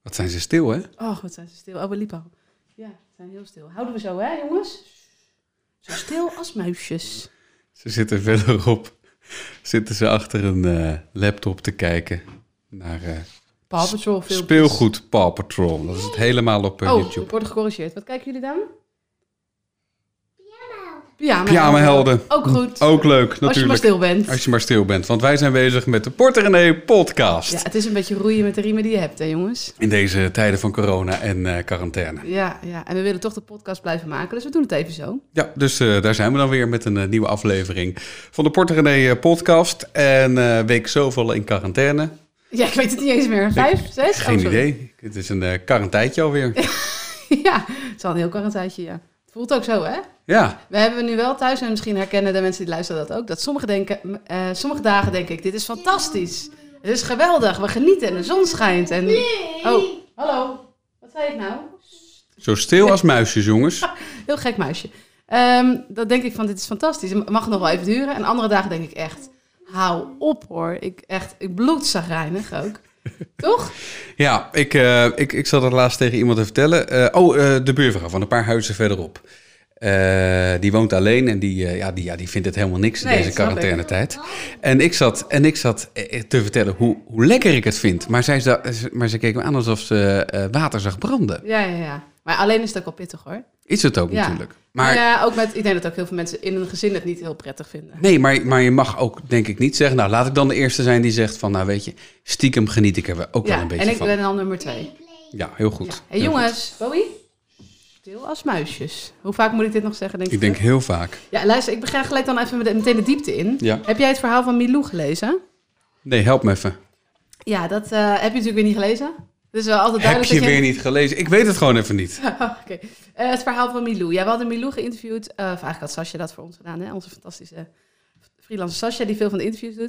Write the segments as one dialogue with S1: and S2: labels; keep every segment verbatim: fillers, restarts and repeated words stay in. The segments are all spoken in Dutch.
S1: Wat zijn ze stil, hè?
S2: Oh, wat zijn ze stil. Oh, we liepen al. Ja, ze zijn heel stil. Houden we zo, hè, jongens? Zo stil als muisjes.
S1: Ze zitten verderop. Zitten ze achter een uh, laptop te kijken naar uh,
S2: Paw Patrol filmpjes.
S1: Speelgoed Paw Patrol. Dat is het helemaal op uh,
S2: oh,
S1: YouTube.
S2: Oh, worden gecorrigeerd. Wat kijken jullie dan? Pyjama.
S1: Pyjama-helden.
S2: Ook goed.
S1: Ook leuk, natuurlijk.
S2: Als je maar stil bent.
S1: Als je maar stil bent. Want wij zijn bezig met de Port René podcast.
S2: Ja, het is een beetje roeien met de riemen die je hebt, hè jongens?
S1: In deze tijden van corona en uh, quarantaine.
S2: Ja, ja, en we willen toch de podcast blijven maken, dus we doen het even zo.
S1: Ja, dus uh, daar zijn we dan weer met een uh, nieuwe aflevering van de Port René uh, podcast. En uh, week zoveel in quarantaine.
S2: Ja, ik weet het niet eens meer. Vijf,
S1: ik,
S2: zes?
S1: Geen
S2: oh,
S1: idee. Het is een uh, quarantijdje alweer.
S2: Ja, het is al een heel quarantijdje, ja. Het voelt ook zo, hè?
S1: Ja.
S2: We hebben nu wel thuis, en misschien herkennen de mensen die luisteren dat ook, dat sommige, denken, uh, sommige dagen denk ik, dit is fantastisch. Het is geweldig, we genieten en de zon schijnt. En... Oh, hallo. Wat zei ik nou?
S1: Zo stil als muisjes, jongens.
S2: Heel gek muisje. Um, dat denk ik van, dit is fantastisch. Het mag nog wel even duren. En andere dagen denk ik echt, hou op hoor. Ik echt, ik bloedzagrijnig ook. Toch?
S1: Ja, ik, uh, ik, ik zat het laatst tegen iemand te vertellen. Uh, oh, uh, de buurvrouw van een paar huizen verderop. Uh, die woont alleen en die, uh, ja, die, ja, die vindt het helemaal niks in
S2: nee,
S1: deze quarantainetijd. En ik zat, en ik zat te vertellen hoe, hoe lekker ik het vind. Maar zij, maar zij keek me aan alsof ze uh, water zag branden.
S2: Ja, ja, ja. Maar alleen is het ook wel pittig hoor.
S1: Is het ook
S2: ja.
S1: natuurlijk.
S2: Maar
S1: maar
S2: ja, ook met, ik denk dat ook heel veel mensen in een gezin het niet heel prettig vinden.
S1: Nee, maar, maar je mag ook denk ik niet zeggen, nou laat ik dan de eerste zijn die zegt van, nou weet je, stiekem geniet ik er ook
S2: ja,
S1: wel een beetje
S2: en ik
S1: van.
S2: ben dan nummer twee.
S1: Ja, heel goed.
S2: Ja. Hey
S1: heel
S2: jongens,
S1: goed.
S2: Bowie? Stil als muisjes. Hoe vaak moet ik dit nog zeggen, denk
S1: ik? Ik denk heel vaak.
S2: Ja, luister, ik ga gelijk dan even meteen de diepte in.
S1: Ja.
S2: Heb jij het verhaal van Milou gelezen?
S1: Nee, help me even.
S2: Ja, dat uh, heb je natuurlijk weer niet gelezen. Dus wel altijd
S1: heb je
S2: dat
S1: weer je... niet gelezen? Ik weet het gewoon even niet.
S2: Oké. Okay. Uh, het verhaal van Milou. Ja, we hadden Milou geïnterviewd. Uh, of eigenlijk had Sascha dat voor ons gedaan, hè? Onze fantastische freelancer Sascha, die veel van de interviews doet.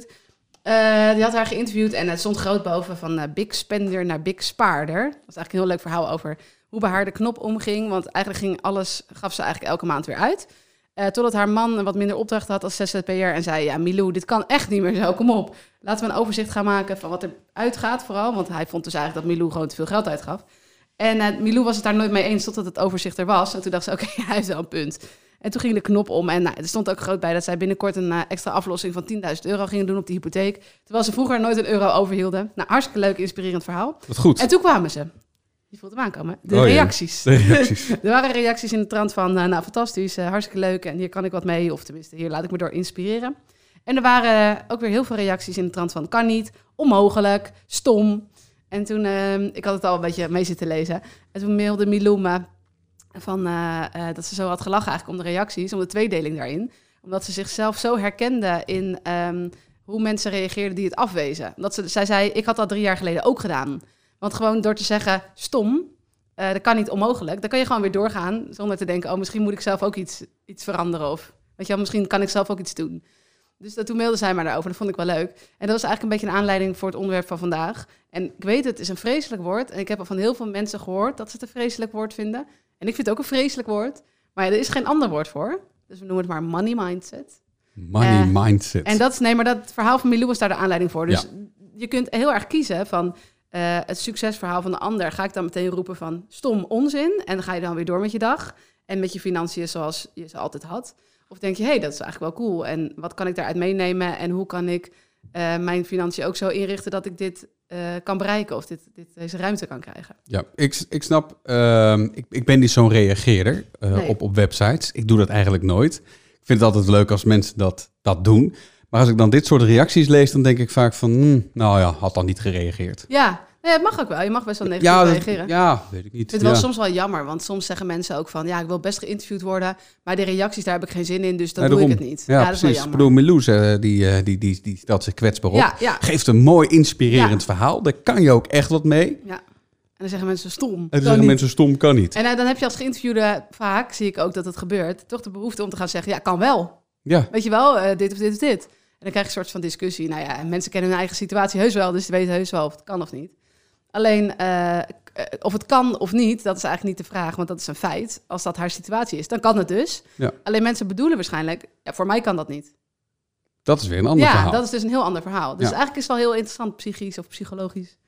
S2: Uh, die had haar geïnterviewd en het stond groot boven van uh, big spender naar big spaarder. Dat was eigenlijk een heel leuk verhaal over hoe bij haar de knop omging. Want eigenlijk ging alles, gaf ze eigenlijk elke maand weer uit. Uh, totdat haar man een wat minder opdrachten had als Z Z P R en zei, ja Milou, dit kan echt niet meer zo, kom op. Laten we een overzicht gaan maken van wat er uitgaat vooral. Want hij vond dus eigenlijk dat Milou gewoon te veel geld uitgaf. En uh, Milou was het daar nooit mee eens totdat het overzicht er was. En toen dacht ze, oké, okay, hij heeft wel een punt. En toen ging de knop om en nou, er stond ook groot bij dat zij binnenkort een uh, extra aflossing van tienduizend euro gingen doen op die hypotheek. Terwijl ze vroeger nooit een euro overhielden. Nou, hartstikke leuk, inspirerend verhaal.
S1: Wat goed.
S2: En toen kwamen ze. Je voelt hem aankomen. De
S1: oh,
S2: reacties.
S1: Ja. De reacties.
S2: Er waren reacties in de trant van, uh, nou fantastisch, uh, hartstikke leuk en hier kan ik wat mee. Of tenminste, hier laat ik me door inspireren. En er waren ook weer heel veel reacties in de trant van, kan niet, onmogelijk, stom. En toen, uh, ik had het al een beetje mee zitten lezen. En toen mailde Milou me van, uh, uh, dat ze zo had gelachen eigenlijk om de reacties, om de tweedeling daarin. Omdat ze zichzelf zo herkende in um, hoe mensen reageerden die het afwezen. Omdat ze, zij zei, ik had dat drie jaar geleden ook gedaan. Want gewoon door te zeggen, stom, uh, dat kan niet, onmogelijk. Dan kan je gewoon weer doorgaan zonder te denken, oh, misschien moet ik zelf ook iets, iets veranderen. Of weet je wel, misschien kan ik zelf ook iets doen. Dus dat, toen mailde zij maar daarover, dat vond ik wel leuk. En dat was eigenlijk een beetje een aanleiding voor het onderwerp van vandaag. En ik weet, het is een vreselijk woord. En ik heb al van heel veel mensen gehoord dat ze het een vreselijk woord vinden. En ik vind het ook een vreselijk woord. Maar ja, er is geen ander woord voor. Dus we noemen het maar money mindset.
S1: Money uh, mindset.
S2: En dat, nee, maar dat verhaal van Milou was daar de aanleiding voor. Dus ja. Je kunt heel erg kiezen van uh, het succesverhaal van de ander. Ga ik dan meteen roepen van stom onzin. En dan ga je dan weer door met je dag. En met je financiën zoals je ze altijd had. Of denk je, hé, hey, dat is eigenlijk wel cool. En wat kan ik daaruit meenemen? En hoe kan ik uh, mijn financiën ook zo inrichten dat ik dit uh, kan bereiken? Of dit, dit, deze ruimte kan krijgen?
S1: Ja, ik, ik snap. Uh, ik, ik ben niet zo'n reageerder uh, nee. op, op websites. Ik doe dat eigenlijk nooit. Ik vind het altijd leuk als mensen dat, dat doen. Maar als ik dan dit soort reacties lees, dan denk ik vaak van, hmm, nou ja, had dan niet gereageerd.
S2: Ja, nee, het mag ook wel. Je mag best wel negatief
S1: ja,
S2: reageren.
S1: Dat, ja, weet ik niet.
S2: Ik vind het
S1: ja.
S2: wel soms wel jammer, want soms zeggen mensen ook van, ja, ik wil best geïnterviewd worden, maar de reacties, daar heb ik geen zin in, dus dan ja, doe ik het niet.
S1: Ja, ja precies. Ik bedoel, Milou, uh, die, uh, die, die, die stelt zich kwetsbaar op.
S2: Ja, ja.
S1: Geeft een mooi, inspirerend
S2: ja.
S1: verhaal. Daar kan je ook echt wat mee.
S2: Ja. En dan zeggen mensen stom.
S1: En dan zeggen niet. mensen stom, kan niet.
S2: En uh, dan heb je als geïnterviewde, vaak zie ik ook dat het gebeurt, toch de behoefte om te gaan zeggen, ja, kan wel.
S1: Ja.
S2: Weet je wel, uh, dit of dit of dit. En dan krijg je een soort van discussie. Nou ja, mensen kennen hun eigen situatie heus wel, dus ze weten heus wel of het kan of niet. Alleen, uh, of het kan of niet, dat is eigenlijk niet de vraag, want dat is een feit. Als dat haar situatie is, dan kan het dus.
S1: Ja.
S2: Alleen mensen bedoelen waarschijnlijk, ja, voor mij kan dat niet.
S1: Dat is weer een ander
S2: ja,
S1: verhaal.
S2: Ja, dat is dus een heel ander verhaal. Dus
S1: ja.
S2: eigenlijk is het wel heel interessant, psychisch of psychologisch.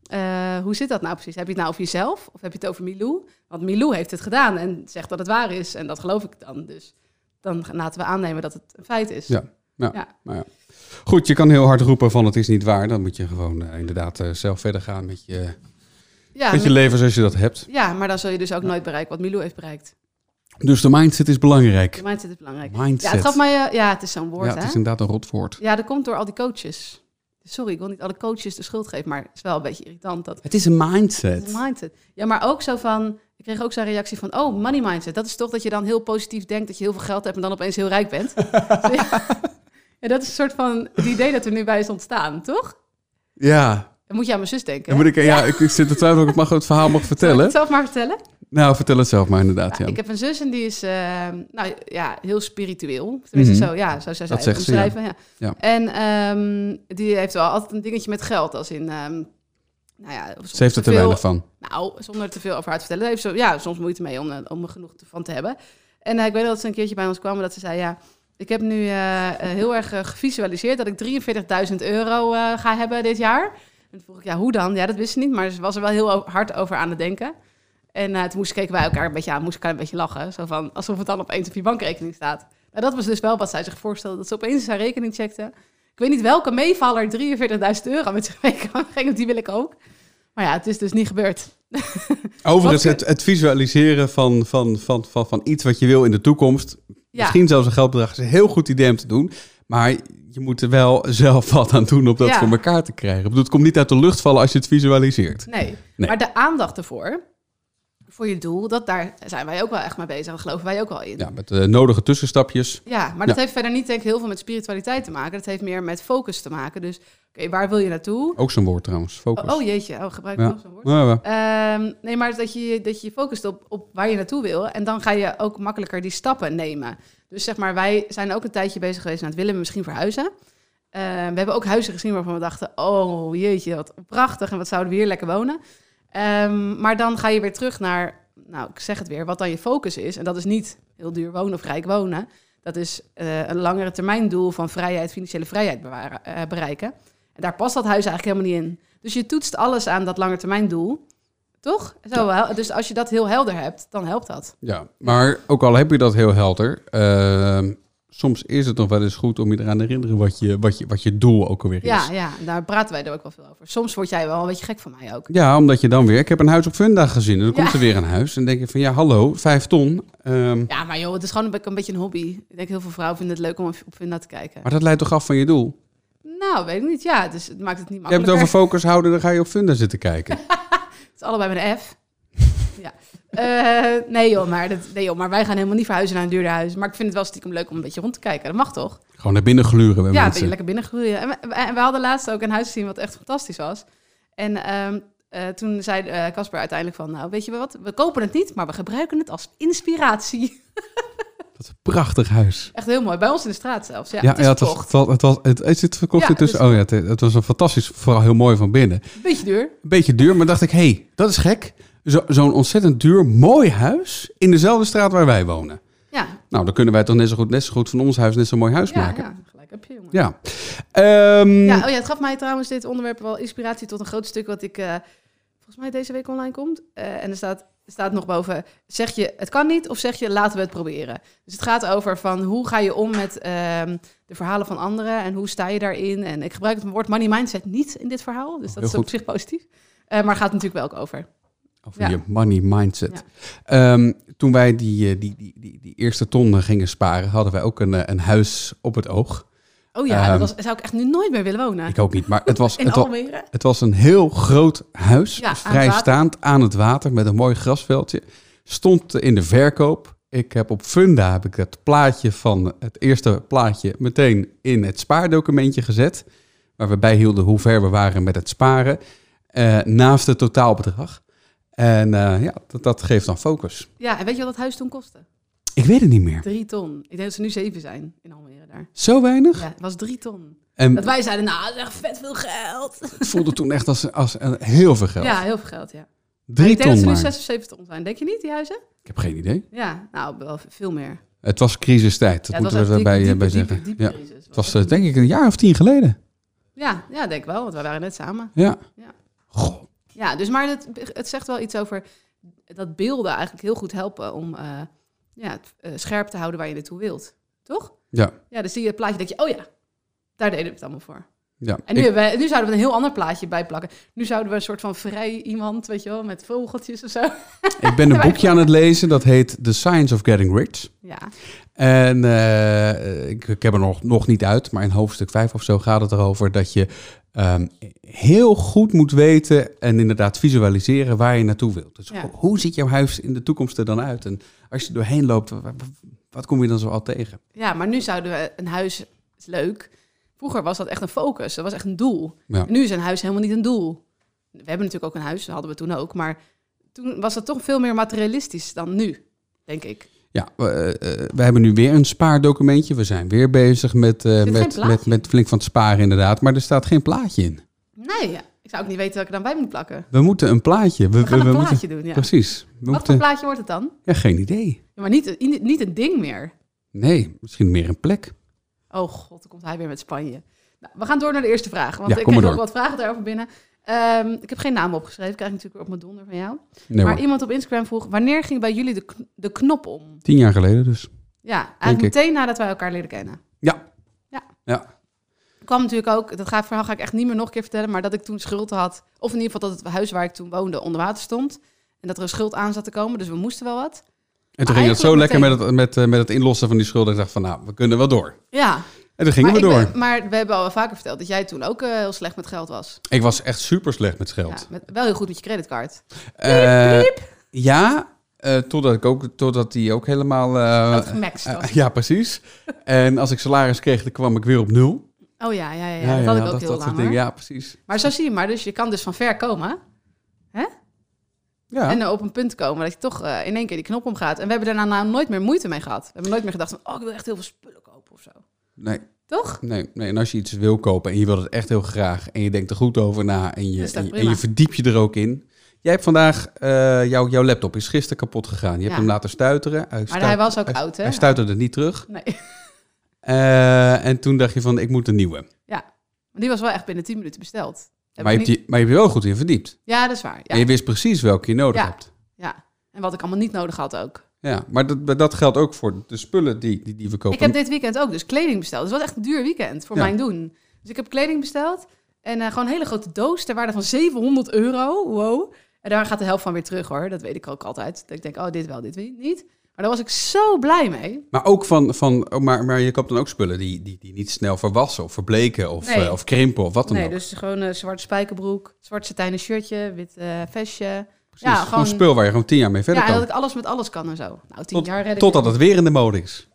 S2: Uh, hoe zit dat nou precies? Heb je het nou over jezelf of heb je het over Milou? Want Milou heeft het gedaan en zegt dat het waar is. En dat geloof ik dan. Dus dan laten we aannemen dat het een feit is.
S1: Ja, ja. ja. Nou ja. Goed, je kan heel hard roepen van het is niet waar. Dan moet je gewoon uh, inderdaad uh, zelf verder gaan met je, ja, met je met... leven zoals je dat hebt.
S2: Ja, maar dan zul je dus ook nooit bereiken wat Milou heeft bereikt.
S1: Dus de mindset is belangrijk.
S2: De mindset is belangrijk.
S1: Mindset.
S2: Ja, het gaf mij, uh, ja, het is zo'n woord,
S1: Ja,
S2: hè?
S1: het is inderdaad een rotwoord.
S2: Ja, dat komt door al die coaches. Sorry, ik wil niet alle coaches de schuld geven, maar het is wel een beetje irritant. Dat...
S1: Het is een mindset.
S2: Het is een mindset. Ja, maar ook zo van... Ik kreeg ook zo'n reactie van... Oh, money mindset. Dat is toch dat je dan heel positief denkt... dat je heel veel geld hebt en dan opeens heel rijk bent. ja. ja, dat is een soort van... Het idee dat er nu bij is ontstaan, toch?
S1: Ja.
S2: Dan moet je aan mijn zus denken.
S1: Dan moet ik, ja, ja, ik, ik zit er twijfel of ik mag het verhaal mag vertellen.
S2: Zal ik het zelf maar vertellen?
S1: Nou, vertel het zelf maar inderdaad, ja.
S2: ja. Ik heb een zus en die is uh, nou, ja, heel spiritueel. Tenminste, mm-hmm. zo, ja, zo zou zij het omschrijven. Ja. Ja. Ja. En um, die heeft wel altijd een dingetje met geld. Als in, um, nou ja...
S1: Ze heeft er te weinig van.
S2: Nou, zonder te veel over haar te vertellen. Daar heeft ze ja, soms moeite mee om, om er genoeg van te hebben. En uh, ik weet dat ze een keertje bij ons kwam... dat ze zei, ja, ik heb nu uh, uh, heel erg uh, gevisualiseerd... dat ik drieënveertigduizend euro uh, ga hebben dit jaar. En toen vroeg ik, ja, hoe dan? Ja, dat wist ze niet, maar ze was er wel heel hard over aan het denken... En uh, toen moest, keken wij elkaar een beetje aan, moest elkaar een beetje lachen. Zo van, alsof het dan opeens op je bankrekening staat. Nou, dat was dus wel wat zij zich voorstelde, dat ze opeens haar rekening checkte. Ik weet niet welke meevaller drieënveertigduizend euro met zich mee kan brengen, die wil ik ook. Maar ja, het is dus niet gebeurd.
S1: Overigens, het, het visualiseren van, van, van, van, van iets wat je wil in de toekomst... Ja. Misschien zelfs een geldbedrag is een heel goed idee om te doen... maar je moet er wel zelf wat aan doen om dat ja. voor elkaar te krijgen. Ik bedoel, het komt niet uit de lucht vallen als je het visualiseert.
S2: Nee, nee. Maar de aandacht ervoor... voor je doel, dat daar zijn wij ook wel echt mee bezig. Daar geloven wij ook wel in.
S1: Ja, met de nodige tussenstapjes.
S2: Ja, maar dat ja. heeft verder niet denk ik heel veel met spiritualiteit te maken. Dat heeft meer met focus te maken. Dus, oké, okay, waar wil je naartoe?
S1: Ook zo'n woord trouwens, focus.
S2: Oh, oh jeetje, oh, gebruik ik
S1: ja.
S2: nog zo'n woord?
S1: Ja, ja.
S2: Um, nee, maar dat je dat je focust op, op waar je naartoe wil. En dan ga je ook makkelijker die stappen nemen. Dus zeg maar, wij zijn ook een tijdje bezig geweest... en het willen we misschien verhuizen. Uh, we hebben ook huizen gezien waarvan we dachten... oh jeetje, wat prachtig en wat zouden we hier lekker wonen. Um, maar dan ga je weer terug naar... nou, ik zeg het weer, wat dan je focus is. En dat is niet heel duur wonen of rijk wonen. Dat is uh, een langere termijn doel van vrijheid, financiële vrijheid bewaren, uh, bereiken. En daar past dat huis eigenlijk helemaal niet in. Dus je toetst alles aan dat lange termijn doel. Toch? Zo, ja. Dus als je dat heel helder hebt, dan helpt dat.
S1: Ja, maar ook al heb je dat heel helder... Uh, soms is het nog wel eens goed om je eraan te herinneren... wat je, wat je, wat je doel ook alweer is.
S2: Ja, ja, daar praten wij er ook wel veel over. Soms word jij wel een beetje gek van mij ook.
S1: Ja, omdat je dan weer... Ik heb een huis op Funda gezien en dan ja. komt er weer een huis. En dan denk je van, ja, hallo, vijf ton. Um,
S2: ja, maar joh, het is gewoon een, een beetje een hobby. Ik denk heel veel vrouwen vinden het leuk om op Funda te kijken.
S1: Maar dat leidt toch af van je doel?
S2: Nou, weet ik niet. Ja, het, is, het maakt het niet makkelijker.
S1: Je hebt het over focus houden, dan ga je op Funda zitten kijken.
S2: Het is allebei met een F. Ja. Uh, nee, joh, maar dat, nee joh, maar wij gaan helemaal niet verhuizen naar een duurder huis. Maar ik vind het wel stiekem leuk om een beetje rond te kijken. Dat mag toch?
S1: Gewoon naar binnen gluren bij
S2: ja,
S1: mensen.
S2: Ja, lekker binnen gluren. En we, en we hadden laatst ook een huis gezien wat echt fantastisch was. En um, uh, toen zei Casper uh, uiteindelijk van... nou, weet je wat, we kopen het niet, maar we gebruiken het als inspiratie.
S1: Dat is een prachtig huis.
S2: Echt heel mooi. Bij ons in de straat zelfs. Ja,
S1: ja,
S2: het is
S1: ja het, was, het, was, het, was, het, het zit verkocht ja, tussen. Dus, oh ja, het, het was een fantastisch, vooral heel mooi van binnen.
S2: Beetje duur.
S1: Een beetje duur, maar dacht ik, hé, hey, dat is gek. Zo, zo'n ontzettend duur, mooi huis in dezelfde straat waar wij wonen.
S2: Ja.
S1: Nou, dan kunnen wij toch net zo goed, net zo goed van ons huis net zo'n mooi huis
S2: ja,
S1: maken.
S2: Ja, gelijk heb je, jongen.
S1: Ja. Um,
S2: ja, oh ja, het gaf mij trouwens dit onderwerp wel inspiratie tot een groot stuk wat ik uh, volgens mij deze week online komt. Uh, en er staat, er staat nog boven, zeg je het kan niet of zeg je laten we het proberen. Dus het gaat over van hoe ga je om met uh, de verhalen van anderen en hoe sta je daarin. En ik gebruik het woord money mindset niet in dit verhaal, dus dat
S1: Heel
S2: is
S1: goed.
S2: op zich positief. Uh, maar gaat het natuurlijk wel ook over.
S1: Over ja. je money mindset. Ja. Um, toen wij die, die, die, die, die eerste ton gingen sparen, hadden wij ook een, een huis op het oog.
S2: Oh ja, um, dat was, zou ik echt nu nooit meer willen wonen.
S1: Ik ook niet, maar het was,
S2: in
S1: het,
S2: Almere.
S1: was, het was een heel groot huis,
S2: ja,
S1: vrijstaand aan, aan het water met een mooi grasveldje. Stond in de verkoop. Ik heb op Funda heb ik het plaatje van het eerste plaatje meteen in het spaardocumentje gezet, waar we bijhielden hoe ver we waren met het sparen, uh, naast het totaalbedrag. En uh, ja, dat, dat geeft dan focus.
S2: Ja, en weet je wat dat huis toen kostte?
S1: Ik weet het niet meer.
S2: Drie ton. Ik denk dat ze nu zeven zijn in Almere daar.
S1: Zo weinig?
S2: Ja, het was drie ton.
S1: En
S2: dat wij zeiden, nou, dat is echt vet veel geld.
S1: Het voelde toen echt als, als een, heel veel geld.
S2: Ja, heel veel geld, ja.
S1: Drie
S2: ik denk
S1: ton
S2: dat ze nu
S1: maar.
S2: zes of zeven ton zijn. Denk je niet, die huizen?
S1: Ik heb geen idee.
S2: Ja, nou, wel veel meer.
S1: Het was crisistijd, dat
S2: ja,
S1: moeten we erbij bij, bij zeggen.
S2: Diepe, diepe
S1: ja.
S2: crisis.
S1: Het was uh, denk ik een jaar of tien geleden.
S2: Ja, ja, denk wel, want wij waren net samen.
S1: Ja.
S2: ja.
S1: Goh.
S2: Ja, dus maar het, het zegt wel iets over dat beelden eigenlijk heel goed helpen om uh, ja, het, uh, scherp te houden waar je naartoe wilt. Toch?
S1: Ja.
S2: Ja, dan zie je het plaatje, denk je, oh ja, daar deden we het allemaal voor.
S1: Ja,
S2: en nu,
S1: ik...
S2: we, nu zouden we een heel ander plaatje bijplakken. Nu zouden we een soort van vrij iemand, weet je wel, met vogeltjes of zo.
S1: Ik ben een boekje aan het lezen, dat heet The Science of Getting Rich.
S2: Ja.
S1: En uh, ik, ik heb er nog, nog niet uit, maar in hoofdstuk vijf of zo gaat het erover dat je um, heel goed moet weten en inderdaad visualiseren waar je naartoe wilt. Dus
S2: ja.
S1: hoe ziet jouw huis in de toekomst er dan uit? En als je er doorheen loopt, wat, wat kom je dan zo al tegen?
S2: Ja, maar nu zouden we een huis, is leuk. Vroeger was dat echt een focus, dat was echt een doel.
S1: Ja.
S2: Nu is een huis helemaal niet een doel. We hebben natuurlijk ook een huis, dat hadden we toen ook, maar toen was het toch veel meer materialistisch dan nu, denk ik.
S1: Ja, uh, uh, we hebben nu weer een spaardocumentje. We zijn weer bezig met, uh, met, met, met flink van het sparen inderdaad. Maar er staat geen plaatje in.
S2: Nee, ja. Ik zou ook niet weten wat ik er dan bij moet plakken.
S1: We moeten een plaatje. We,
S2: we gaan
S1: we,
S2: een
S1: we
S2: plaatje
S1: moeten,
S2: doen, ja.
S1: Precies. We
S2: wat
S1: moeten,
S2: voor plaatje wordt het dan?
S1: Ja, geen idee.
S2: Ja, maar niet, niet een ding meer.
S1: Nee, misschien meer een plek.
S2: Oh god, dan komt hij weer met Spanje. Nou, we gaan door naar de eerste vraag. Want
S1: ja,
S2: ik
S1: kom
S2: heb
S1: maar
S2: ook wat vragen daarover binnen. Um, ik heb geen naam opgeschreven, krijg ik natuurlijk weer op mijn donder van jou.
S1: Nee,
S2: maar
S1: hoor.
S2: iemand op Instagram vroeg, wanneer ging bij jullie de, kn- de knop om?
S1: Tien jaar geleden dus.
S2: Ja, eigenlijk meteen nadat wij elkaar leren kennen.
S1: Ja.
S2: Ja.
S1: Ja.
S2: kwam natuurlijk ook, dat ga, verhaal ga ik echt niet meer nog een keer vertellen, maar dat ik toen schuld had. Of in ieder geval dat het huis waar ik toen woonde onder water stond. En dat er een schuld aan zat te komen, dus we moesten wel wat.
S1: En toen ging het zo lekker met het, met, met het inlossen van die schuld. Ik dacht van, nou, we kunnen wel door.
S2: Ja.
S1: En toen gingen
S2: maar
S1: we door.
S2: Ben, maar we hebben al vaker verteld dat jij toen ook uh, heel slecht met geld was.
S1: Ik was echt super slecht met geld.
S2: Ja, met, wel heel goed met je creditcard.
S1: Uh, ja, uh, totdat ik ook, totdat die ook helemaal... Uh,
S2: gemaxt was.
S1: Uh, ja, precies. En als ik salaris kreeg, dan kwam ik weer op nul.
S2: Oh ja, ja, ja, ja.
S1: ja
S2: dat
S1: ja,
S2: had ik
S1: ja,
S2: ook
S1: dat,
S2: heel
S1: dat
S2: lang.
S1: Ding, ja, precies.
S2: Maar zo zie je maar, dus je kan dus van ver komen. Hè?
S1: Ja.
S2: En op een punt komen dat je toch uh, in één keer die knop omgaat. En we hebben daarna nou nooit meer moeite mee gehad. We hebben nooit meer gedacht van, oh, ik wil echt heel veel spullen kopen of zo.
S1: Nee.
S2: Toch?
S1: Nee, nee, en als je iets wil kopen en je wilt het echt heel graag en je denkt er goed over na en je, en je, en je verdiep je er ook in. Jij hebt vandaag, uh, jou, jouw laptop is gisteren kapot gegaan. Je ja. hebt hem laten stuiteren. Hij
S2: maar
S1: stuit,
S2: hij was ook
S1: hij,
S2: oud, hè?
S1: Hij stuiterde niet terug.
S2: Nee.
S1: Uh, en toen dacht je van, ik moet een nieuwe.
S2: Ja, maar die was wel echt binnen tien minuten besteld.
S1: Maar je, niet... die, maar je hebt je wel goed in verdiept.
S2: Ja, dat is waar. Ja.
S1: En je wist precies welke je nodig
S2: ja.
S1: hebt.
S2: Ja, en wat ik allemaal niet nodig had ook.
S1: Ja, maar dat, dat geldt ook voor de spullen die, die, die we kopen.
S2: Ik heb dit weekend ook dus kleding besteld. Het was echt een duur weekend voor ja. mijn doen. Dus ik heb kleding besteld. En uh, gewoon een hele grote doos ter waarde van zevenhonderd euro. Wow. En daar gaat de helft van weer terug hoor. Dat weet ik ook altijd. Dat ik denk, oh dit wel, dit niet. Maar daar was ik zo blij mee.
S1: Maar ook van, van oh, maar, maar je koopt dan ook spullen die, die, die niet snel verwassen of verbleken of,
S2: nee.
S1: uh, of krimpen of wat dan
S2: nee,
S1: ook.
S2: Nee, dus gewoon een zwarte spijkerbroek, zwart satijnen shirtje, wit uh, vestje.
S1: Precies, ja, gewoon, gewoon spul waar je gewoon tien jaar mee verder
S2: ja,
S1: kan.
S2: Ja, en dat ik alles met alles kan en zo. Nou, tien
S1: Tot,
S2: jaar red ik
S1: Totdat het weer in de mode is.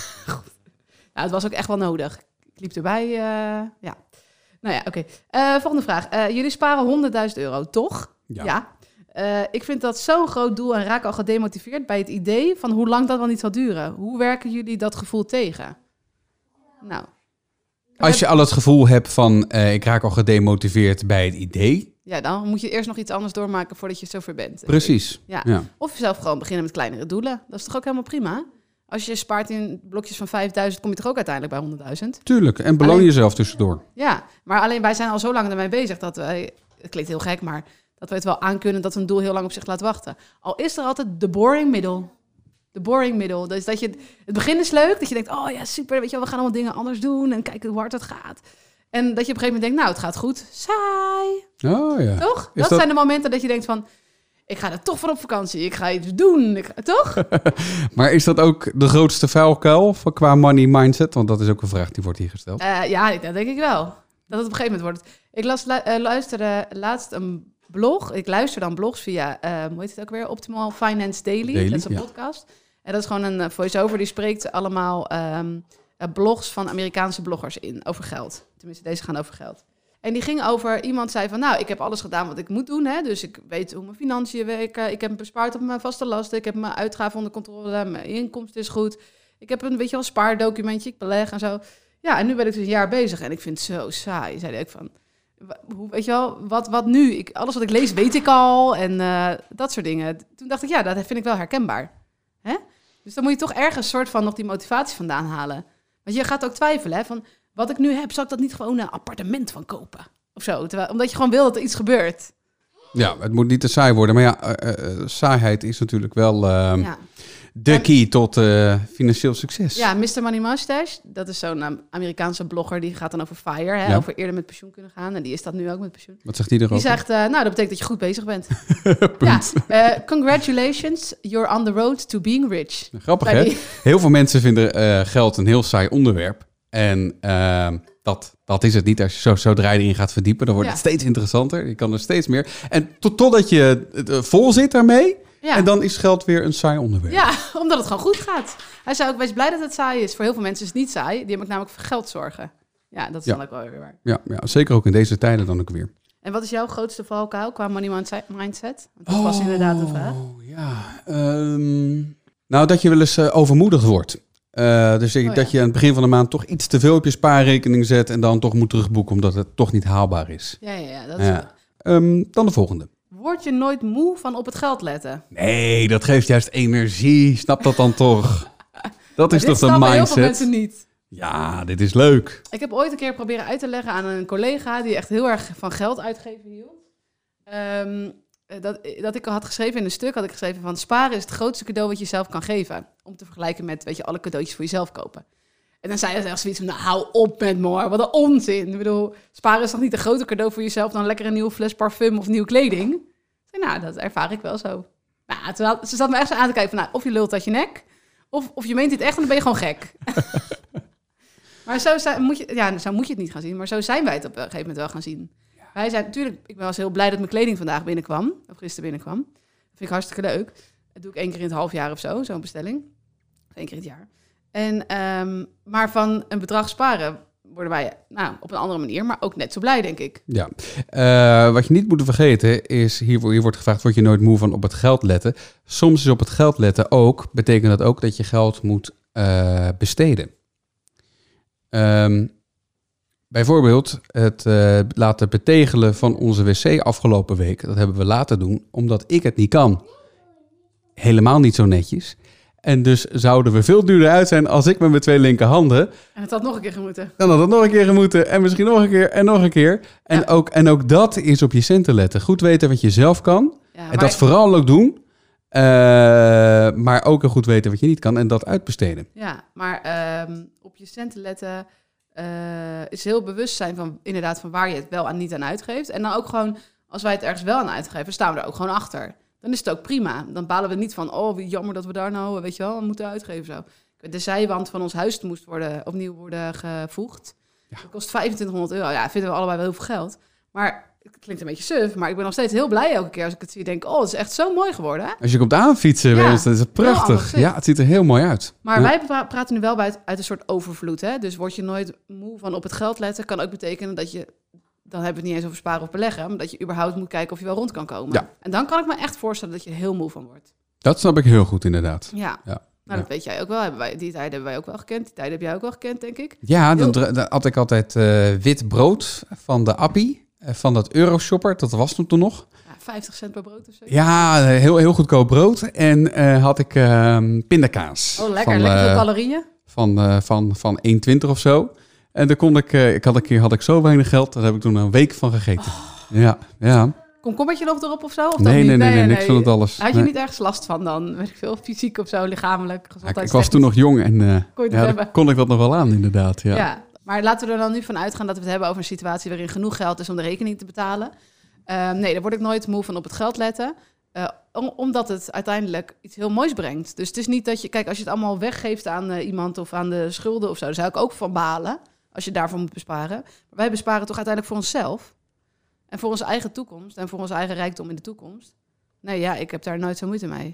S2: Ja, het was ook echt wel nodig. Ik liep erbij, uh, ja. Nou ja, oké. Okay. Uh, volgende vraag. Uh, jullie sparen honderdduizend euro, toch?
S1: Ja.
S2: ja. Uh, ik vind dat zo'n groot doel en raak al gedemotiveerd bij het idee van hoe lang dat wel niet zal duren. Hoe werken jullie dat gevoel tegen? Nou.
S1: Als je al het gevoel hebt van uh, ik raak al gedemotiveerd bij het idee.
S2: Ja, dan moet je eerst nog iets anders doormaken voordat je zover bent.
S1: Precies.
S2: Ja.
S1: Ja.
S2: Of zelf gewoon beginnen met kleinere doelen. Dat is toch ook helemaal prima? Als je spaart in blokjes van vijfduizend, kom je toch ook uiteindelijk bij honderdduizend?
S1: Tuurlijk, en beloon alleen... jezelf tussendoor.
S2: Ja, maar alleen wij zijn al zo lang ermee bezig dat wij, het klinkt heel gek, maar dat we het wel aankunnen dat een doel heel lang op zich laat wachten. Al is er altijd de boring middel. De boring middel. Dus dat je, het begin is leuk, dat je denkt, oh ja, super, weet je wel, we gaan allemaal dingen anders doen en kijken hoe hard het gaat. En dat je op een gegeven moment denkt, nou, het gaat goed. Saai.
S1: Oh ja.
S2: Toch? Dat, dat zijn de momenten dat je denkt van, ik ga er toch van op vakantie. Ik ga iets doen. Ik ga, toch?
S1: Maar is dat ook de grootste vuilkuil qua money mindset? Want dat is ook een vraag die wordt hier gesteld.
S2: Uh, ja, dat denk ik wel. Dat het op een gegeven moment wordt. Ik las, uh, luisterde laatst een blog. Ik luister dan blogs via, uh, hoe heet het ook weer? Optimal Finance Daily.
S1: Daily
S2: dat is een ja. podcast. En dat is gewoon een voice-over. Die spreekt allemaal um, uh, blogs van Amerikaanse bloggers in over geld. Tenminste, deze gaan over geld. En die ging over, iemand zei van, nou, ik heb alles gedaan wat ik moet doen. Hè? Dus ik weet hoe mijn financiën werken. Ik heb bespaard op mijn vaste lasten. Ik heb mijn uitgaven onder controle. Mijn inkomsten is goed. Ik heb een, weet je wel, spaardocumentje. Ik beleg en zo. Ja, en nu ben ik dus een jaar bezig. En ik vind het zo saai. Zei ik van, hoe, weet je wel, wat, wat nu? Ik, alles wat ik lees weet ik al. En uh, dat soort dingen. Toen dacht ik, ja, dat vind ik wel herkenbaar. Hè? Dus dan moet je toch ergens soort van nog die motivatie vandaan halen. Want je gaat ook twijfelen, hè, van... Wat ik nu heb, zal ik dat niet gewoon een appartement van kopen? Of zo, terwijl, omdat je gewoon wil dat er iets gebeurt.
S1: Ja, het moet niet te saai worden. Maar ja, uh, uh, saaiheid is natuurlijk wel uh, ja. de en, key tot uh, financieel succes.
S2: Ja, mister Money Mustache, dat is zo'n Amerikaanse blogger. Die gaat dan over FIRE, hè, ja. over eerder met pensioen kunnen gaan. En die is dat nu ook met pensioen.
S1: Wat zegt die erover?
S2: Die zegt, uh, nou, dat betekent dat je goed bezig bent. ja, uh, congratulations, you're on the road to being rich.
S1: Grappig, Bij hè? Die... Heel veel mensen vinden uh, geld een heel saai onderwerp. En uh, dat, dat is het niet. Als je zo, zodra je erin gaat verdiepen, dan wordt ja. het steeds interessanter. Je kan er steeds meer. En tot, totdat je uh, vol zit daarmee. Ja. En dan is geld weer een saai onderwerp.
S2: Ja, omdat het gewoon goed gaat. Hij zei ook, wees blij dat het saai is. Voor heel veel mensen is het niet saai. Die hebben namelijk voor geld zorgen. Ja, dat is ja. dan ook wel weer waar.
S1: Ja, ja, zeker ook in deze tijden dan ook weer.
S2: En wat is jouw grootste valkuil qua money mindset? Dat oh, was inderdaad een vraag.
S1: Ja, um, nou dat je wel eens uh, overmoedigd wordt. Uh, dus oh, dat ja. je aan het begin van de maand toch iets te veel op je spaarrekening zet en dan toch moet terugboeken omdat het toch niet haalbaar is.
S2: Ja, ja, ja. Dat is
S1: ja. Um, dan de volgende.
S2: Word je nooit moe van op het geld letten?
S1: Nee, dat geeft juist energie. Snap dat dan toch? Dat is toch de mindset?
S2: Heel veel mensen niet.
S1: Ja, dit is leuk.
S2: Ik heb ooit een keer proberen uit te leggen aan een collega die echt heel erg van geld uitgeven hield. Um, dat, dat ik al had geschreven in een stuk, had ik geschreven van sparen is het grootste cadeau wat je zelf kan geven. Om te vergelijken met, weet je, alle cadeautjes voor jezelf kopen. En dan zei hij echt zoiets van, nou, hou op met me, wat een onzin. Ik bedoel, sparen is toch niet een groter cadeau voor jezelf dan lekker een nieuwe fles parfum of nieuwe kleding? Ik zei, nou, dat ervaar ik wel zo. Nou, toen had, ze zat me echt zo aan te kijken van, nou, of je lult uit je nek, of, of je meent dit echt en dan ben je gewoon gek. Maar zo, zijn, moet je, ja, zo moet je het niet gaan zien, maar zo zijn wij het op een gegeven moment wel gaan zien. Ja. Wij zijn natuurlijk, ik was heel blij dat mijn kleding vandaag binnenkwam, of gisteren binnenkwam. Dat vind ik hartstikke leuk. Dat doe ik één keer in het half jaar of zo, zo'n bestelling. Of één keer in het jaar. En, um, maar van een bedrag sparen worden wij nou, op een andere manier, maar ook net zo blij, denk ik.
S1: Ja, uh, wat je niet moet vergeten is, hier, hier wordt gevraagd, word je nooit moe van op het geld letten. Soms is op het geld letten ook, betekent dat ook dat je geld moet uh, besteden. Um, bijvoorbeeld het uh, laten betegelen van onze wc afgelopen week. Dat hebben we laten doen, omdat ik het niet kan. Helemaal niet zo netjes. En dus zouden we veel duurder uit zijn als ik met mijn twee linkerhanden.
S2: En het had nog een keer gemoeten.
S1: Dan had het nog een keer gemoeten. En misschien nog een keer en nog een keer. En, ja. ook, en ook dat is op je centen letten. Goed weten wat je zelf kan. Ja, en dat ik... vooral ook doen. Uh, maar ook goed weten wat je niet kan. En dat uitbesteden.
S2: Ja, maar uh, op je centen letten uh, is heel bewust zijn van inderdaad van waar je het wel en niet aan uitgeeft. En dan ook gewoon, als wij het ergens wel aan uitgeven, staan we er ook gewoon achter. Dan is het ook prima. Dan balen we niet van, oh, wie jammer dat we daar nou, weet je wel, moeten uitgeven. Zo. De zijwand van ons huis moest worden, opnieuw worden gevoegd. Ja. Dat kost vijfentwintighonderd euro. Ja, vinden we allebei wel heel veel geld. Maar het klinkt een beetje suf, maar ik ben nog steeds heel blij elke keer als ik het zie. Denk, oh, het is echt zo mooi geworden. Hè?
S1: Als je komt aanfietsen, ja, dan is het prachtig. Ja, het ziet er heel mooi uit.
S2: Maar
S1: ja.
S2: wij pra- praten nu wel uit, uit een soort overvloed. Hè? Dus word je nooit moe van op het geld letten, kan ook betekenen dat je... Dan hebben we het niet eens over sparen of beleggen. Maar dat je überhaupt moet kijken of je wel rond kan komen.
S1: Ja.
S2: En dan kan ik me echt voorstellen dat je er heel moe van wordt.
S1: Dat snap ik heel goed, inderdaad.
S2: Ja, ja. nou
S1: ja.
S2: dat weet jij ook wel. Hebben wij, die tijden hebben wij ook wel gekend. Die tijden heb jij ook wel gekend, denk ik.
S1: Ja, dan, dan had ik altijd uh, wit brood van de Appie. Uh, van dat Euroshopper. Dat was toen nog.
S2: Ja, vijftig cent per brood of zo.
S1: Ja, heel, heel goedkoop brood. En uh, had ik uh, pindakaas.
S2: Oh, lekker.
S1: Van,
S2: lekker veel
S1: uh,
S2: calorieën.
S1: Van, uh, van, van één komma twintig of zo. En dan kon ik, uh, ik had een keer had ik zo weinig geld. Daar heb ik toen een week van gegeten. Oh. Ja, ja.
S2: Komkommertje nog erop of zo? Of
S1: nee,
S2: niet?
S1: nee, nee, nee,
S2: nee,
S1: niks
S2: nee.
S1: van het alles.
S2: Had je
S1: nee.
S2: niet ergens last van dan? Weet ik veel, fysiek of zo, lichamelijk, gezondheid.
S1: Ja, ik was toen nog jong en uh,
S2: kon,
S1: ja, dan kon ik dat nog wel aan, inderdaad. Ja.
S2: ja, maar laten we er dan nu van uitgaan dat we het hebben over een situatie waarin genoeg geld is om de rekening te betalen. Uh, nee, daar word ik nooit moe van op het geld letten. Uh, om, omdat het uiteindelijk iets heel moois brengt. Dus het is niet dat je... Kijk, als je het allemaal weggeeft aan uh, iemand of aan de schulden of zo, daar zou ik ook van balen. Als je daarvoor moet besparen. Maar wij besparen toch uiteindelijk voor onszelf. En voor onze eigen toekomst. En voor onze eigen rijkdom in de toekomst. Nee, ja, ik heb daar nooit zo moeite mee.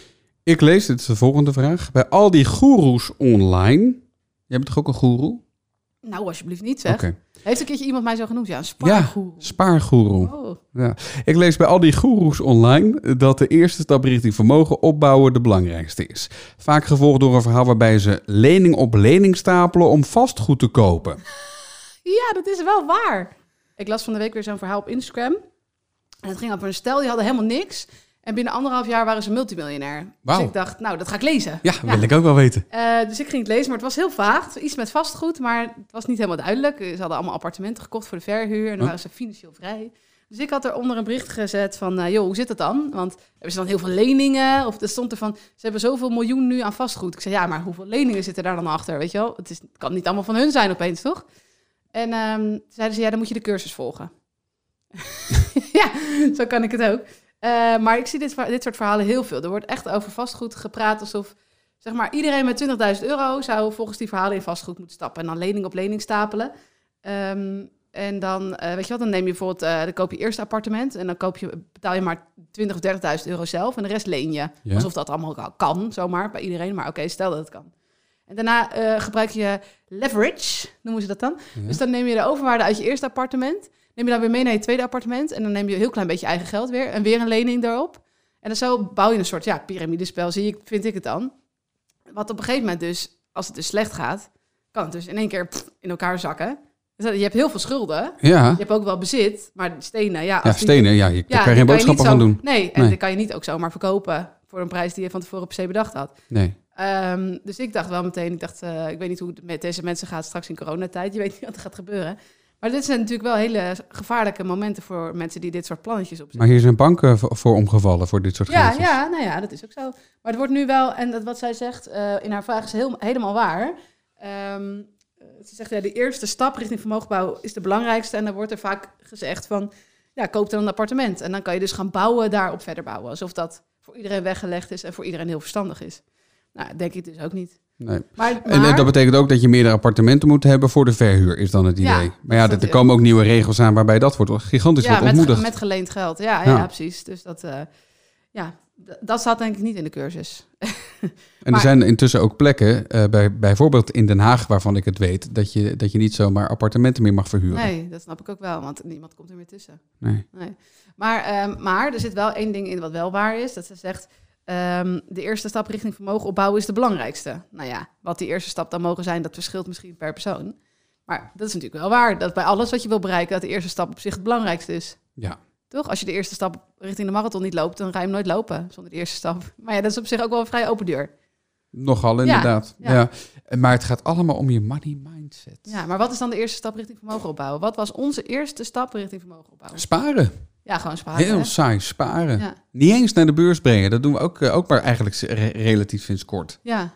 S1: Ik lees, dit is de volgende vraag. Bij al die goeroes online... Jij bent toch ook een goeroe?
S2: Nou, alsjeblieft niet, zeg.
S1: Okay.
S2: Heeft een keertje iemand mij zo genoemd? Ja, een spaargoeroe.
S1: Ja, spaargoeroe.
S2: Oh.
S1: Ja. Ik lees bij al die goeroes online dat de eerste stap richting vermogen opbouwen de belangrijkste is. Vaak gevolgd door een verhaal waarbij ze lening op lening stapelen om vastgoed te kopen.
S2: Ja, dat is wel waar. Ik las van de week weer zo'n verhaal op Instagram. En het ging over een stel, die hadden helemaal niks. En binnen anderhalf jaar waren ze multimiljonair.
S1: Wow.
S2: Dus ik dacht, nou, dat ga ik lezen.
S1: Ja, ja. wil ik ook wel weten.
S2: Uh, dus ik ging het lezen, maar het was heel vaag. Iets met vastgoed, maar het was niet helemaal duidelijk. Ze hadden allemaal appartementen gekocht voor de verhuur. En dan huh? waren ze financieel vrij. Dus ik had eronder een bericht gezet van, uh, joh, hoe zit het dan? Want hebben ze dan heel veel leningen? Of er stond er van, ze hebben zoveel miljoen nu aan vastgoed. Ik zei, ja, maar hoeveel leningen zitten daar dan achter? Weet je wel? Het, is, het kan niet allemaal van hun zijn opeens, toch? En um, zeiden ze, ja, dan moet je de cursus volgen. Ja, zo kan ik het ook. Uh, maar ik zie dit, dit soort verhalen heel veel. Er wordt echt over vastgoed gepraat alsof, zeg maar, iedereen met twintigduizend euro zou volgens die verhalen in vastgoed moeten stappen. En dan lening op lening stapelen. Um, en dan, uh, weet je wat, dan neem je bijvoorbeeld, uh, dan koop je eerst een appartement en dan koop je, betaal je maar twintig of dertigduizend euro zelf en de rest leen je. Ja. Alsof dat allemaal kan, zomaar, bij iedereen. Maar oké, okay, stel dat het kan. En daarna uh, gebruik je leverage, noemen ze dat dan. Ja. Dus dan neem je de overwaarde uit je eerste appartement, neem je dan weer mee naar je tweede appartement en dan neem je een heel klein beetje eigen geld weer en weer een lening erop. En dan zo bouw je een soort, ja, piramidespel, zie ik, vind ik het dan. Wat op een gegeven moment dus, als het dus slecht gaat, kan het dus in één keer pff, in elkaar zakken. Dus je hebt heel veel schulden. Ja. Je hebt ook wel bezit, maar stenen, ja.
S1: Ja, stenen, die, ja. Je, ja, daar kan je geen boodschappen van doen.
S2: Nee, en nee. Dan kan je niet ook zomaar verkopen voor een prijs die je van tevoren per se bedacht had.
S1: Nee.
S2: Um, dus ik dacht wel meteen, ik dacht, uh, ik weet niet hoe het met deze mensen gaat straks in coronatijd. Je weet niet wat er gaat gebeuren. Maar dit zijn natuurlijk wel hele gevaarlijke momenten voor mensen die dit soort plannetjes opzetten.
S1: Maar hier zijn banken voor omgevallen voor dit soort
S2: ja,
S1: geldjes.
S2: Ja, nou ja, dat is ook zo. Maar het wordt nu wel, en dat wat zij zegt uh, in haar vraag is heel, helemaal waar. Um, Ze zegt, ja, de eerste stap richting vermogenbouw is de belangrijkste. En dan wordt er vaak gezegd van, ja, koop dan een appartement. En dan kan je dus gaan bouwen, daarop verder bouwen. Alsof dat voor iedereen weggelegd is en voor iedereen heel verstandig is. Nou, denk ik dus ook niet.
S1: Nee. Maar, maar... En dat betekent ook dat je meerdere appartementen moet hebben voor de verhuur, is dan het idee. Ja, maar ja, dat, er komen ook nieuwe regels aan waarbij dat wordt gigantisch ja, wordt ontmoedigd.
S2: Ja, met geleend geld. Ja, ja. ja precies. Dus dat, uh, ja, d- dat staat denk ik niet in de cursus.
S1: En maar, er zijn intussen ook plekken, uh, bij, bijvoorbeeld in Den Haag, waarvan ik het weet, dat je, dat je niet zomaar appartementen meer mag verhuren.
S2: Nee, dat snap ik ook wel, want niemand komt er meer tussen.
S1: Nee.
S2: nee. Maar, um, maar er zit wel één ding in wat wel waar is, dat ze zegt, um, de eerste stap richting vermogen opbouwen is de belangrijkste. Nou ja, wat die eerste stap dan mogen zijn, dat verschilt misschien per persoon. Maar dat is natuurlijk wel waar, dat bij alles wat je wil bereiken, dat de eerste stap op zich het belangrijkste is.
S1: Ja.
S2: Toch? Als je de eerste stap richting de marathon niet loopt, dan ga je hem nooit lopen zonder de eerste stap. Maar ja, dat is op zich ook wel een vrij open deur.
S1: Nogal, inderdaad. Ja, ja. Ja. Maar het gaat allemaal om je money mindset.
S2: Ja, maar wat is dan de eerste stap richting vermogen opbouwen? Wat was onze eerste stap richting vermogen opbouwen?
S1: Sparen.
S2: Ja, gewoon sparen.
S1: Heel
S2: hè?
S1: saai, sparen.
S2: Ja.
S1: Niet eens naar de beurs brengen. Dat doen we ook, ook maar eigenlijk re- relatief sinds kort.
S2: Ja.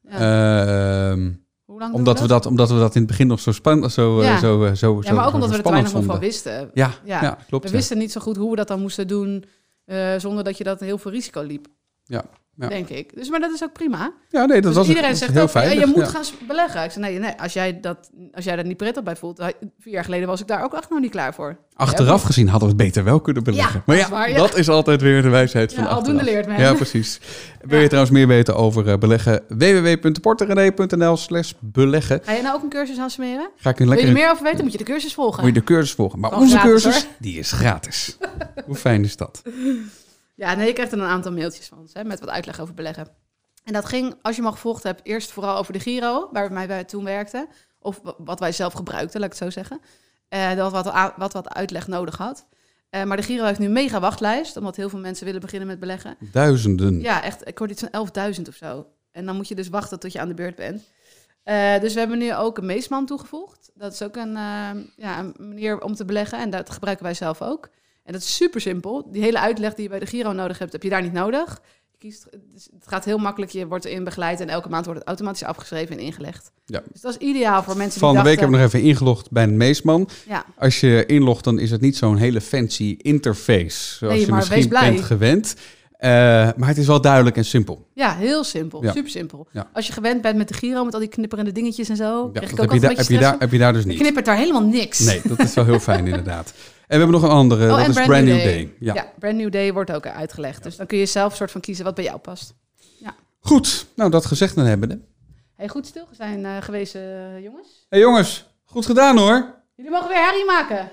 S2: ja.
S1: Uh, Hoe lang omdat, we dat? We dat, omdat we dat in het begin nog zo spannend, zo,
S2: ja.
S1: zo, zo, zo,
S2: ja, maar ook
S1: zo,
S2: omdat
S1: zo
S2: we er te weinig van wisten.
S1: Ja, ja. ja klopt.
S2: We
S1: ja.
S2: wisten niet zo goed hoe we dat dan moesten doen, uh, zonder dat je dat heel veel risico liep.
S1: Ja. Ja.
S2: Denk ik. Dus, maar dat is ook prima.
S1: Ja, nee, dat
S2: dus
S1: was
S2: iedereen
S1: het,
S2: zegt
S1: heel
S2: ook,
S1: veilig.
S2: Ja, je moet
S1: ja.
S2: gaan beleggen. Ik zei, nee, nee als, jij dat, als jij daar niet prettig bij voelt. Vier jaar geleden was ik daar ook echt nog niet klaar voor.
S1: Achteraf ja, gezien hadden we het beter wel kunnen beleggen. Ja, maar ja, waar, ja, dat is altijd weer de wijsheid ja, van achteraf.
S2: Aldoende leert men.
S1: Ja, precies. Wil je ja. trouwens meer weten over uh, beleggen? w w w punt porterenee punt n l slash beleggen.
S2: Ga je nou ook een cursus aansmeren?
S1: Ga ik een lekker...
S2: Wil je er meer over weten? Moet je de cursus volgen.
S1: Moet je de cursus volgen. Maar onze gratis, cursus, hoor. Die is gratis. Hoe fijn is dat?
S2: Ja, nee, je krijgt er een aantal mailtjes van ons, hè, met wat uitleg over beleggen. En dat ging, als je me gevolgd hebt, eerst vooral over de Giro, waar wij toen werkten. Of wat wij zelf gebruikten, laat ik het zo zeggen. Uh, dat wat, wat wat uitleg nodig had. Uh, maar de Giro heeft nu een mega wachtlijst, omdat heel veel mensen willen beginnen met beleggen.
S1: Duizenden.
S2: Ja, echt. Ik hoorde iets van elfduizend of zo. En dan moet je dus wachten tot je aan de beurt bent. Uh, dus we hebben nu ook een Meesman toegevoegd. Dat is ook een, uh, ja, een manier om te beleggen. En dat gebruiken wij zelf ook. En dat is super simpel. Die hele uitleg die je bij de Giro nodig hebt, heb je daar niet nodig. Kiest, het gaat heel makkelijk, je wordt erin begeleid en elke maand wordt het automatisch afgeschreven en ingelegd.
S1: Ja.
S2: Dus dat is ideaal voor mensen
S1: Van
S2: die
S1: de week
S2: dachten...
S1: hebben we nog even ingelogd bij een Meesman.
S2: Ja.
S1: Als je inlogt, dan is het niet zo'n hele fancy interface, zoals
S2: nee,
S1: je misschien bent gewend. Uh, maar het is wel duidelijk en simpel.
S2: Ja, heel simpel. Ja. Super simpel. Ja. Als je gewend bent met de Giro, met al die knipperende dingetjes en zo,
S1: ja,
S2: krijg ik
S1: ook
S2: ook
S1: heb, je da- heb, je daar, heb je daar dus niet.
S2: Je knippert daar helemaal niks.
S1: Nee, dat is wel heel fijn inderdaad. En we hebben nog een andere,
S2: oh,
S1: dat is
S2: Brand,
S1: Brand
S2: New
S1: New
S2: Day.
S1: Day. Ja.
S2: ja, Brand New Day wordt ook uitgelegd. Ja. Dus dan kun je zelf soort van kiezen wat bij jou past. Ja.
S1: Goed, nou dat gezegd dan hebben we.
S2: Hey, goed stil zijn uh, geweest, uh, jongens.
S1: Hey jongens, goed gedaan hoor.
S2: Jullie mogen weer herrie maken.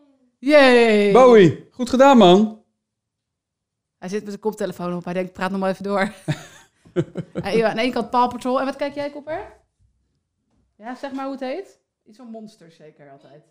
S2: Yay.
S1: Bowie, goed gedaan man.
S2: Hij zit met zijn koptelefoon op. Hij denkt, praat nog maar even door. Hij, aan de ene kant Paw Patrol. En wat kijk jij, Kopper? Ja, zeg maar hoe het heet. Iets van Monsters zeker altijd.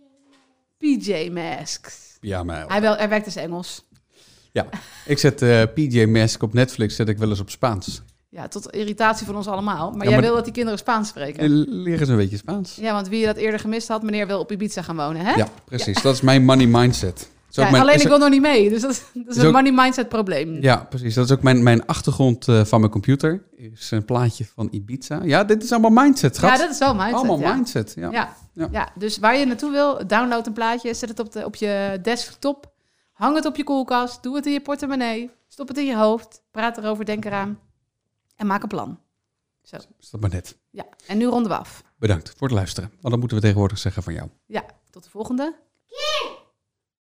S2: P J Masks.
S1: Ja, maar...
S2: Hij, wel, hij werkt dus Engels.
S1: Ja, ik zet uh, P J Mask op Netflix, zet ik wel eens op Spaans.
S2: Ja, tot irritatie van ons allemaal. Maar
S1: ja,
S2: jij
S1: maar
S2: wil dat die kinderen Spaans spreken.
S1: Leren ze een beetje Spaans.
S2: Ja, want wie je dat eerder gemist had, meneer wil op Ibiza gaan wonen, hè?
S1: Ja, precies. Ja. Dat is mijn money mindset.
S2: Ja,
S1: mijn,
S2: alleen
S1: is
S2: ik wil nog niet mee. Dus dat is, dat is, is een ook, money mindset probleem.
S1: Ja, precies. Dat is ook mijn, mijn achtergrond uh, van mijn computer. Is een plaatje van Ibiza. Ja, dit is allemaal mindset, schat.
S2: Ja, dat is wel mindset.
S1: Allemaal
S2: ja.
S1: mindset, ja.
S2: Ja.
S1: Ja.
S2: ja. Dus waar je naartoe wil, download een plaatje. Zet het op, de, op je desktop. Hang het op je koelkast. Doe het in je portemonnee. Stop het in je hoofd. Praat erover, denk eraan. En maak een plan. Zo.
S1: Is dat maar net.
S2: Ja, en nu ronden we af.
S1: Bedankt voor het luisteren. Want dan moeten we tegenwoordig zeggen van jou.
S2: Ja, tot de volgende.